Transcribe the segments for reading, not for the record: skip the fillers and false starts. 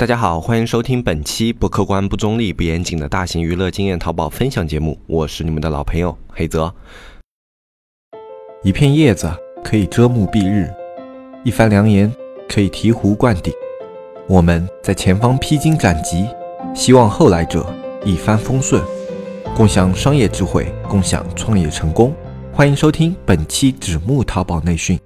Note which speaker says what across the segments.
Speaker 1: 大家好，欢迎收听本期不客观、不中立、不严谨的大型娱乐经验淘宝分享节目，我是你们的老朋友黑泽。
Speaker 2: 一片叶子可以遮目蔽日，一番良言可以醍醐灌顶。我们在前方披荆斩棘，希望后来者一帆风顺，共享商业智慧，共享创业成功。欢迎收听本期纸木淘宝内训。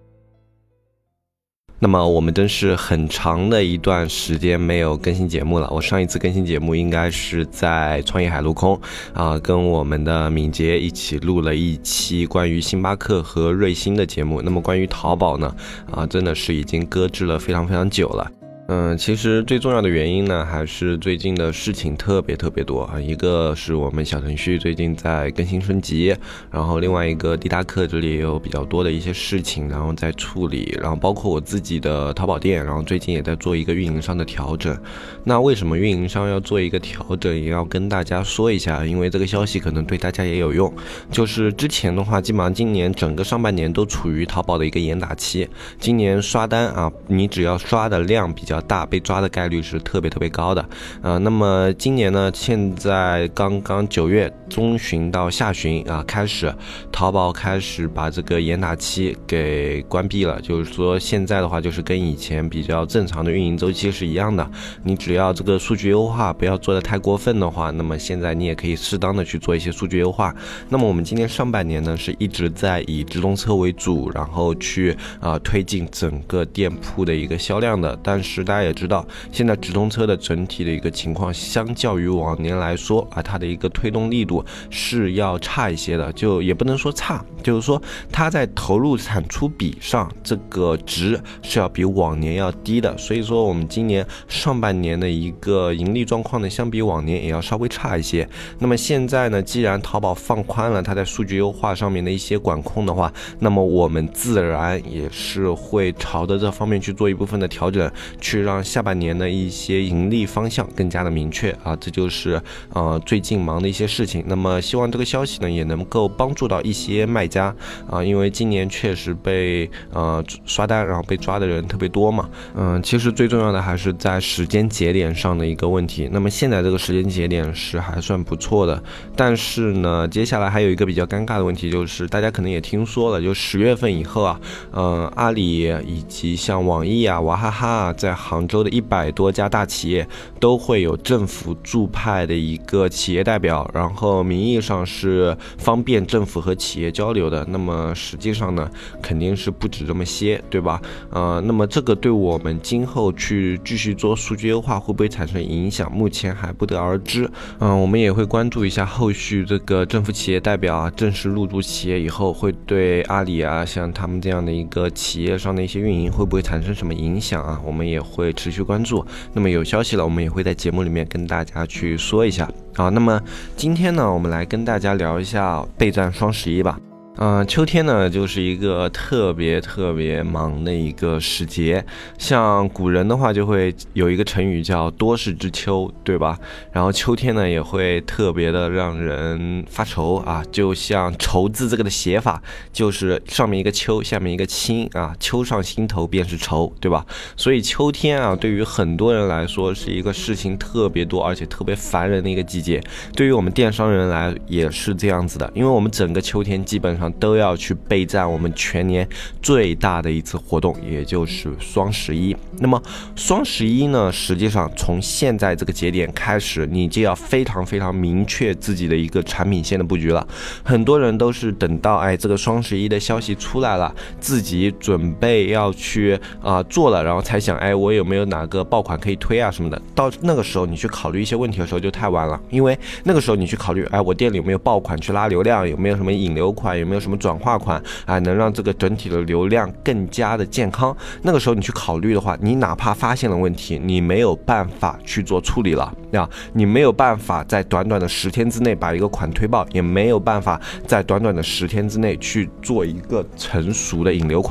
Speaker 1: 那么我们真是很长的一段时间没有更新节目了。我上一次更新节目应该是在创业海陆空跟我们的敏捷一起录了一期关于星巴克和瑞幸的节目。那么关于淘宝呢，真的是已经搁置了非常非常久了。其实最重要的原因呢，还是最近的事情特别多啊。一个是我们小程序最近在更新升级，然后另外一个滴答课这里也有比较多的一些事情，然后在处理，然后包括我自己的淘宝店，然后最近也在做一个运营上的调整。那为什么运营商要做一个调整，也要跟大家说一下，因为这个消息可能对大家也有用。就是之前的话，基本上今年整个上半年都处于淘宝的一个严打期。今年刷单啊，你只要刷的量比较大，被抓的概率是特别高的。那么今年呢，现在刚刚9月中旬到下旬开始，淘宝开始把这个严打期给关闭了。就是说现在的话，就是跟以前比较正常的运营周期是一样的。你只要这个数据优化不要做得太过分的话，那么现在你也可以适当的去做一些数据优化。那么我们今年上半年呢，是一直在以直通车为主，然后去推进整个店铺的一个销量的。但是大家也知道，现在直通车的整体的一个情况，相较于往年来说它的一个推动力度是要差一些的。就也不能说差，就是说它在投入产出比上这个值是要比往年要低的。所以说我们今年上半年的一个盈利状况呢，相比往年也要稍微差一些。那么现在呢，既然淘宝放宽了它在数据优化上面的一些管控的话，那么我们自然也是会朝着这方面去做一部分的调整，去让下半年的一些盈利方向更加的明确这就是最近忙的一些事情。那么希望这个消息呢，也能够帮助到一些卖家因为今年确实被刷单然后被抓的人特别多嘛。其实最重要的还是在时间节点上的一个问题。那么现在这个时间节点是还算不错的，但是呢，接下来还有一个比较尴尬的问题，就是大家可能也听说了，就10月份以后阿里以及像网易娃哈哈在杭州的100多家大企业都会有政府驻派的一个企业代表，然后名义上是方便政府和企业交流的，那么实际上呢，肯定是不止这么些，对吧？那么这个对我们今后去继续做数据优化会不会产生影响，目前还不得而知。我们也会关注一下后续这个政府企业代表正式入驻企业以后，会对阿里像他们这样的一个企业上的一些运营会不会产生什么影响我们也会持续关注。那么有消息了，我们也会在节目里面跟大家去说一下。那么今天呢，我们来跟大家聊一下备战双11吧。秋天呢，就是一个特别忙的一个时节。像古人的话，就会有一个成语叫多事之秋，对吧？然后秋天呢，也会特别的让人发愁就像愁字这个的写法，就是上面一个秋，下面一个青秋上心头便是愁，对吧？所以秋天对于很多人来说是一个事情特别多而且特别烦人的一个季节。对于我们电商人来也是这样子的，因为我们整个秋天基本上都要去备战我们全年最大的一次活动，也就是双11。那么双11呢，实际上从现在这个节点开始，你就要非常明确自己的一个产品线的布局了。很多人都是等到这个双11的消息出来了，自己准备要去做了，然后才想我有没有哪个爆款可以推什么的。到那个时候你去考虑一些问题的时候就太晚了，因为那个时候你去考虑我店里有没有爆款去拉流量，有没有什么引流款，有没有什么转化款能让这个整体的流量更加的健康。那个时候你去考虑的话，你哪怕发现了问题，你没有办法去做处理了你没有办法在短的10天之内把一个款推爆，也没有办法在短的10天之内去做一个成熟的引流款。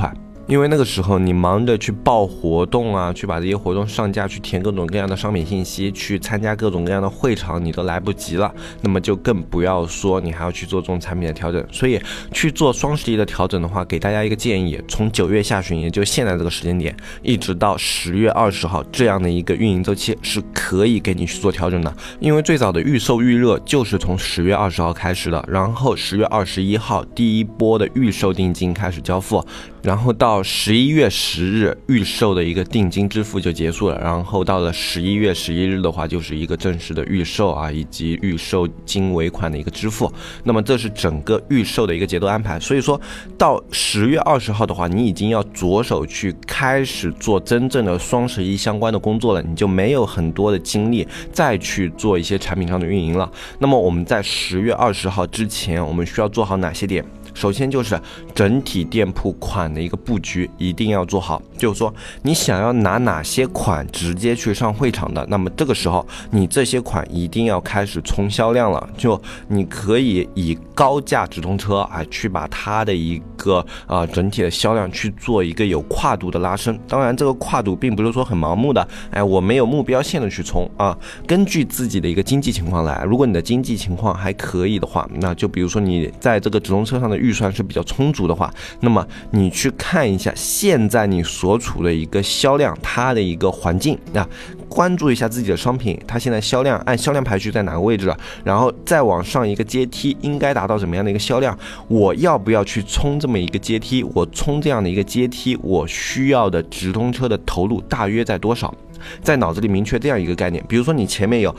Speaker 1: 因为那个时候你忙着去报活动啊，去把这些活动上架，去填各种各样的商品信息，去参加各种各样的会场，你都来不及了。那么就更不要说你还要去做这种产品的调整。所以去做双11的调整的话，给大家一个建议，从9月下旬，也就是现在这个时间点，一直到10月20号这样的一个运营周期是可以给你去做调整的。因为最早的预售预热就是从10月20号开始的，然后10月21号第一波的预售定金开始交付，然后到11月10日预售的一个定金支付就结束了，然后到了11月11日的话，就是一个正式的预售啊，以及预售金尾款的一个支付。那么这是整个预售的一个节奏安排。所以说到10月20号的话，你已经要着手去开始做真正的双11相关的工作了，你就没有很多的精力再去做一些产品上的运营了。那么我们在10月20号之前，我们需要做好哪些点？首先就是整体店铺款的一个布局一定要做好，就是说你想要拿哪些款直接去上会场的，那么这个时候你这些款一定要开始冲销量了。就你可以以高价直通车去把它的一个整体的销量去做一个有跨度的拉升。当然这个跨度并不是说很盲目的，我没有目标线的去冲根据自己的一个经济情况来。如果你的经济情况还可以的话，那就比如说你在这个直通车上的预算是比较充足的话，那么你去看一下现在你所处的一个销量，它的一个环境关注一下自己的商品，它现在销量按销量排序在哪个位置，然后再往上一个阶梯应该达到怎么样的一个销量，我要不要去冲这么一个阶梯，我冲这样的一个阶梯，我需要的直通车的投入大约在多少，在脑子里明确这样一个概念。比如说你前面有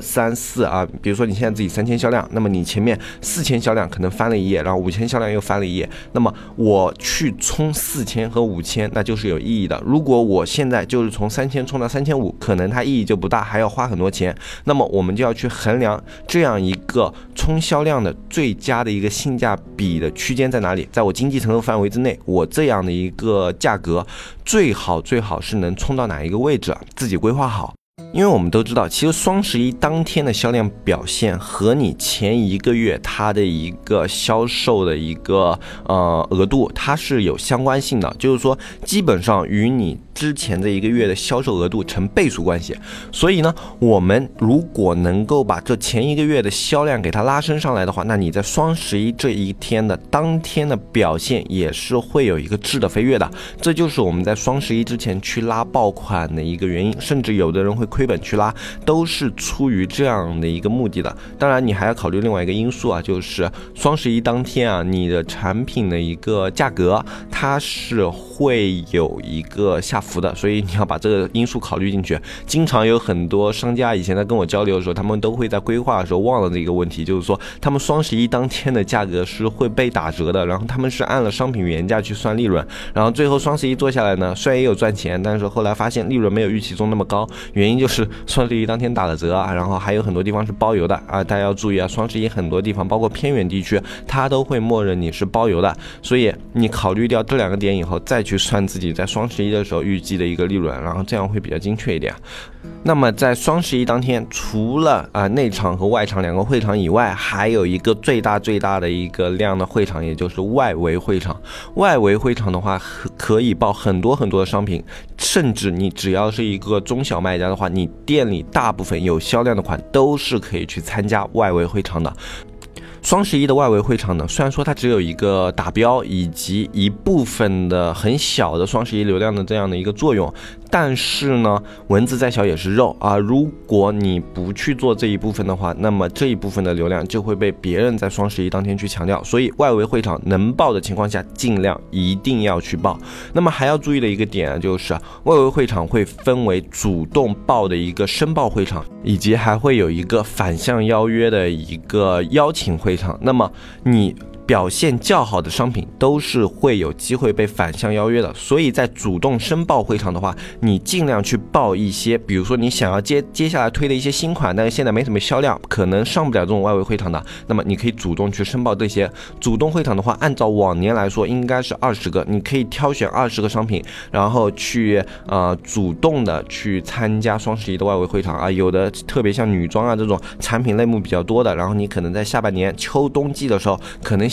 Speaker 1: 2、3、4比如说你现在自己3000销量，那么你前面4000销量可能翻了一页，然后5000销量又翻了一页，那么我去冲4000和5000那就是有意义的。如果我现在就是从3000冲到3500，可能它意义就不大，还要花很多钱，那么我们就要去衡量这样一个冲销量的最佳的一个性价比的区间在哪里，在我经济承受范围之内，我这样的一个价格最好是能冲到哪一个位置自己规划好。因为我们都知道，其实双11当天的销量表现和你前一个月它的一个销售的一个额度，它是有相关性的，就是说基本上与你之前这一个月的销售额度成倍数关系。所以呢，我们如果能够把这前一个月的销量给它拉升上来的话，那你在双11这一天的当天的表现也是会有一个质的飞跃的。这就是我们在双11之前去拉爆款的一个原因，甚至有的人会亏本去拉，都是出于这样的一个目的的。当然你还要考虑另外一个因素就是双11当天你的产品的一个价格它是会有一个下浮的，所以你要把这个因素考虑进去。经常有很多商家以前在跟我交流的时候，他们都会在规划的时候忘了这个问题，就是说他们双11当天的价格是会被打折的，然后他们是按了商品原价去算利润，然后最后双11做下来呢，虽然也有赚钱，但是后来发现利润没有预期中那么高，原因就是双11当天打了折然后还有很多地方是包邮的大家要注意双11很多地方包括偏远地区它都会默认你是包邮的，所以你考虑掉这两个点以后，再去算自己在双11的时候预计的一个利润，然后这样会比较精确一点。那么在双11当天，除了内场和外场两个会场以外，还有一个最大的一个量的会场，也就是外围会场。外围会场的话可以报很多的商品，甚至你只要是一个中小卖家的话，你店里大部分有销量的款都是可以去参加外围会场的。双11的外围会场呢，虽然说它只有一个打标以及一部分的很小的双11流量的这样的一个作用，但是呢，蚊子再小也是肉如果你不去做这一部分的话，那么这一部分的流量就会被别人在双11当天去强调，所以外围会场能报的情况下，尽量一定要去报。那么还要注意的一个点就是外围会场会分为主动报的一个申报会场，以及还会有一个反向邀约的一个邀请会场。那么你表现较好的商品都是会有机会被反向邀约的，所以在主动申报会场的话，你尽量去报一些，比如说你想要接下来推的一些新款，但是现在没什么销量，可能上不了这种外围会场的，那么你可以主动去申报这些。主动会场的话，按照往年来说应该是20个，你可以挑选20个商品，然后去主动的去参加双11的外围会场有的特别像女装这种产品类目比较多的，然后你可能在下半年秋冬季的时候可能想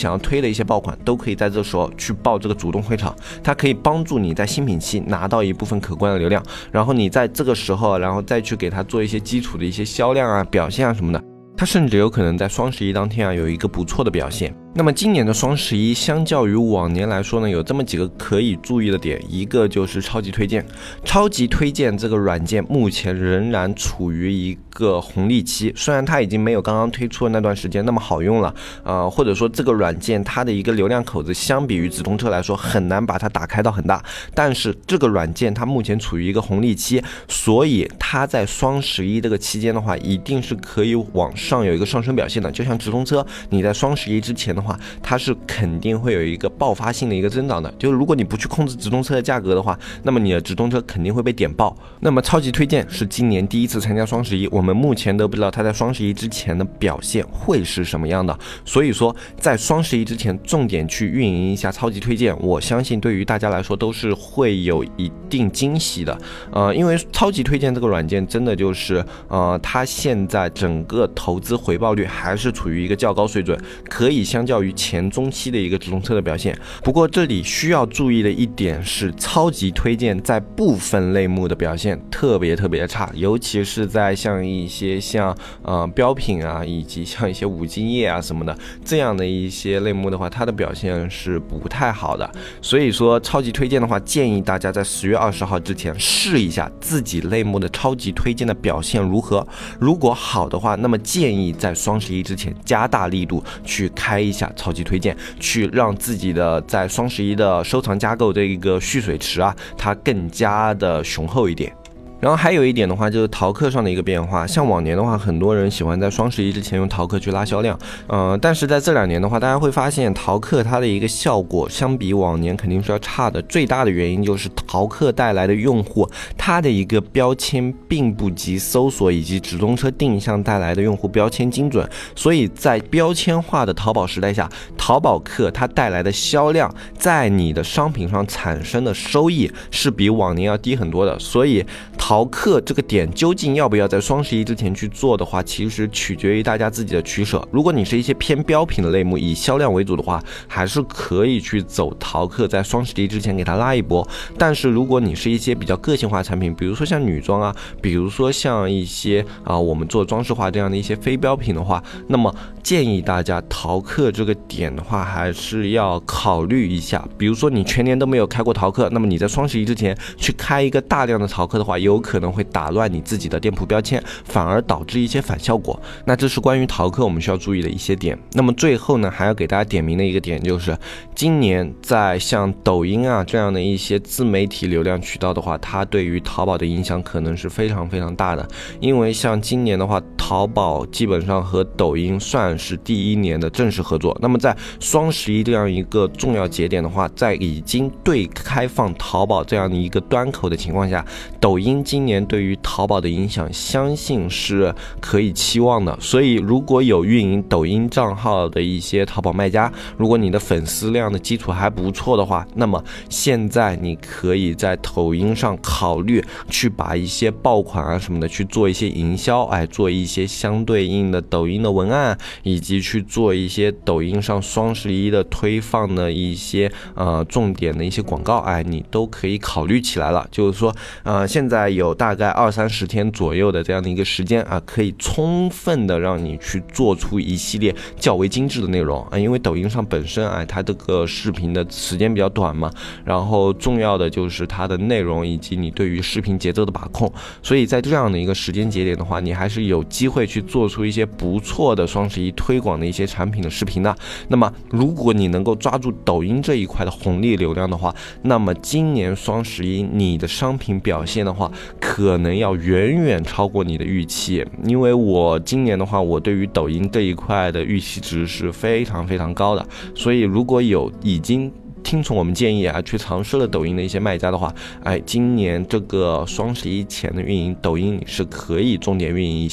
Speaker 1: 想要推的一些爆款，都可以在这时候去报这个主动会场，它可以帮助你在新品期拿到一部分可观的流量，然后你在这个时候，然后再去给它做一些基础的一些销量啊、表现啊什么的，它甚至有可能在双11当天啊有一个不错的表现。那么今年的双11相较于往年来说呢，有这么几个可以注意的点，一个就是超级推荐。超级推荐这个软件目前仍然处于一个红利期，虽然它已经没有刚刚推出的那段时间那么好用了，或者说这个软件它的一个流量口子相比于直通车来说很难把它打开到很大，但是这个软件它目前处于一个红利期，所以它在双11这个期间的话，一定是可以往上有一个上升表现的。就像直通车，你在双11之前的话，它是肯定会有一个爆发性的一个增长的，就是如果你不去控制直通车的价格的话，那么你的直通车肯定会被点爆。那么超级推荐是今年第一次参加双11，我们目前都不知道它在双11之前的表现会是什么样的，所以说在双11之前重点去运营一下超级推荐，我相信对于大家来说都是会有一定惊喜的。因为超级推荐这个软件真的就是它现在整个投资回报率还是处于一个较高水准，可以相较于前中期的一个直通车的表现。不过这里需要注意的一点是，超级推荐在部分类目的表现特别差，尤其是在像一些像标品啊，以及像一些五金业啊什么的这样的一些类目的话，它的表现是不太好的。所以说超级推荐的话，建议大家在10月20号之前试一下自己类目的超级推荐的表现如何。如果好的话，那么建议在双11之前加大力度去开一下超级推荐，去让自己的在双11的收藏加购这一个蓄水池啊，它更加的雄厚一点。然后还有一点的话，就是淘客上的一个变化。像往年的话，很多人喜欢在双11之前用淘客去拉销量，但是在这2年的话，大家会发现淘客它的一个效果相比往年肯定是要差的。最大的原因就是淘客带来的用户，它的一个标签并不及搜索以及直通车定向带来的用户标签精准，所以在标签化的淘宝时代下，淘宝客它带来的销量，在你的商品上产生的收益是比往年要低很多的。所以淘客这个点究竟要不要在双11之前去做的话，其实取决于大家自己的取舍。如果你是一些偏标品的类目，以销量为主的话，还是可以去走淘客，在双11之前给它拉一波。但是如果你是一些比较个性化产品，比如说像女装啊，比如说像一些我们做装饰化这样的一些非标品的话，那么建议大家淘客这个点的话，还是要考虑一下。比如说你全年都没有开过淘客，那么你在双11之前去开一个大量的淘客的话，有可能会打乱你自己的店铺标签，反而导致一些反效果。那这是关于淘客我们需要注意的一些点。那么最后呢，还要给大家点名的一个点就是，今年在像抖音啊这样的一些自媒体流量渠道的话，它对于淘宝的影响可能是非常大的。因为像今年的话，淘宝基本上和抖音算是第1年的正式合作。那么在双11这样一个重要节点的话，在已经对开放淘宝这样的一个端口的情况下，抖音今年对于淘宝的影响相信是可以期望的。所以如果有运营抖音账号的一些淘宝卖家，如果你的粉丝量的基础还不错的话，那么现在你可以在抖音上考虑去把一些爆款啊什么的去做一些营销，做一些相对应的抖音的文案，以及去做一些抖音上双11的推放的一些重点的一些广告，你都可以考虑起来了。就是说现在有大概20-30天左右的这样的一个时间可以充分的让你去做出一系列较为精致的内容因为抖音上本身它这个视频的时间比较短嘛，然后重要的就是它的内容以及你对于视频节奏的把控，所以在这样的一个时间节点的话，你还是有机会去做出一些不错的双11推广的一些产品的视频的。那么如果你能够抓住抖音这一块的红利流量的话，那么今年双11你的商品表现的话，可能要远超过你的预期。因为我今年的话，我对于抖音这一块的预期值是非常高的，所以如果有已经听从我们建议去尝试了抖音的一些卖家的话，今年这个双11前的运营，抖音是可以重点运营一下的。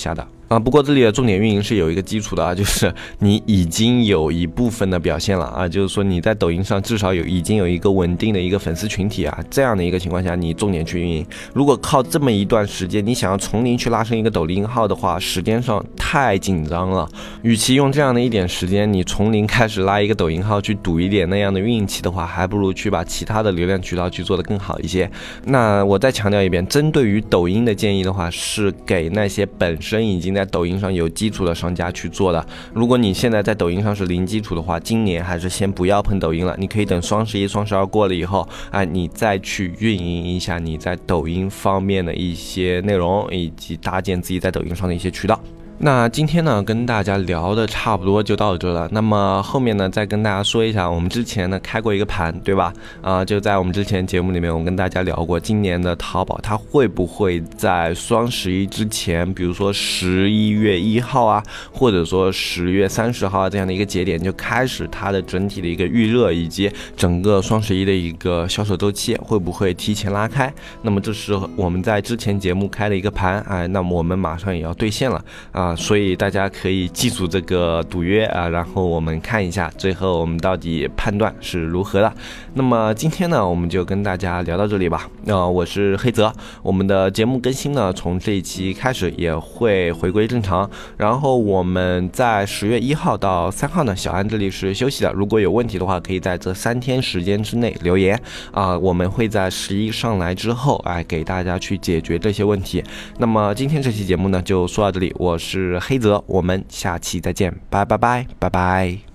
Speaker 1: 不过这里的重点运营是有一个基础的啊，就是你已经有一部分的表现了啊，就是说你在抖音上至少已经有一个稳定的一个粉丝群体啊，这样的一个情况下，你重点去运营。如果靠这么一段时间，你想要从零去拉升一个抖音号的话，时间上太紧张了。与其用这样的一点时间，你从零开始拉一个抖音号去赌一点那样的运气的话，还不如去把其他的流量渠道去做得更好一些。那我再强调一遍，针对于抖音的建议的话，是给那些本身已经在抖音上有基础的商家去做的。如果你现在在抖音上是零基础的话，今年还是先不要碰抖音了，你可以等双11、双12过了以后，你再去运营一下你在抖音方面的一些内容，以及搭建自己在抖音上的一些渠道。那今天呢，跟大家聊的差不多就到这了。那么后面呢，再跟大家说一下，我们之前呢开过一个盘，对吧？就在我们之前节目里面，我跟大家聊过，今年的淘宝它会不会在双11之前，比如说11月1号啊，或者说10月30号啊这样的一个节点就开始它的整体的一个预热，以及整个双11的一个销售周期会不会提前拉开？那么这是我们在之前节目开的一个盘，那么我们马上也要兑现了所以大家可以记住这个赌约然后我们看一下最后我们到底判断是如何的。那么今天呢，我们就跟大家聊到这里吧。我是黑泽，我们的节目更新呢，从这一期开始也会回归正常。然后我们在10月1号到3号呢，小安这里是休息的。如果有问题的话，可以在这3天时间之内留言我们会在11上来之后给大家去解决这些问题。那么今天这期节目呢，就说到这里，我是黑泽，我们下期再见，拜拜。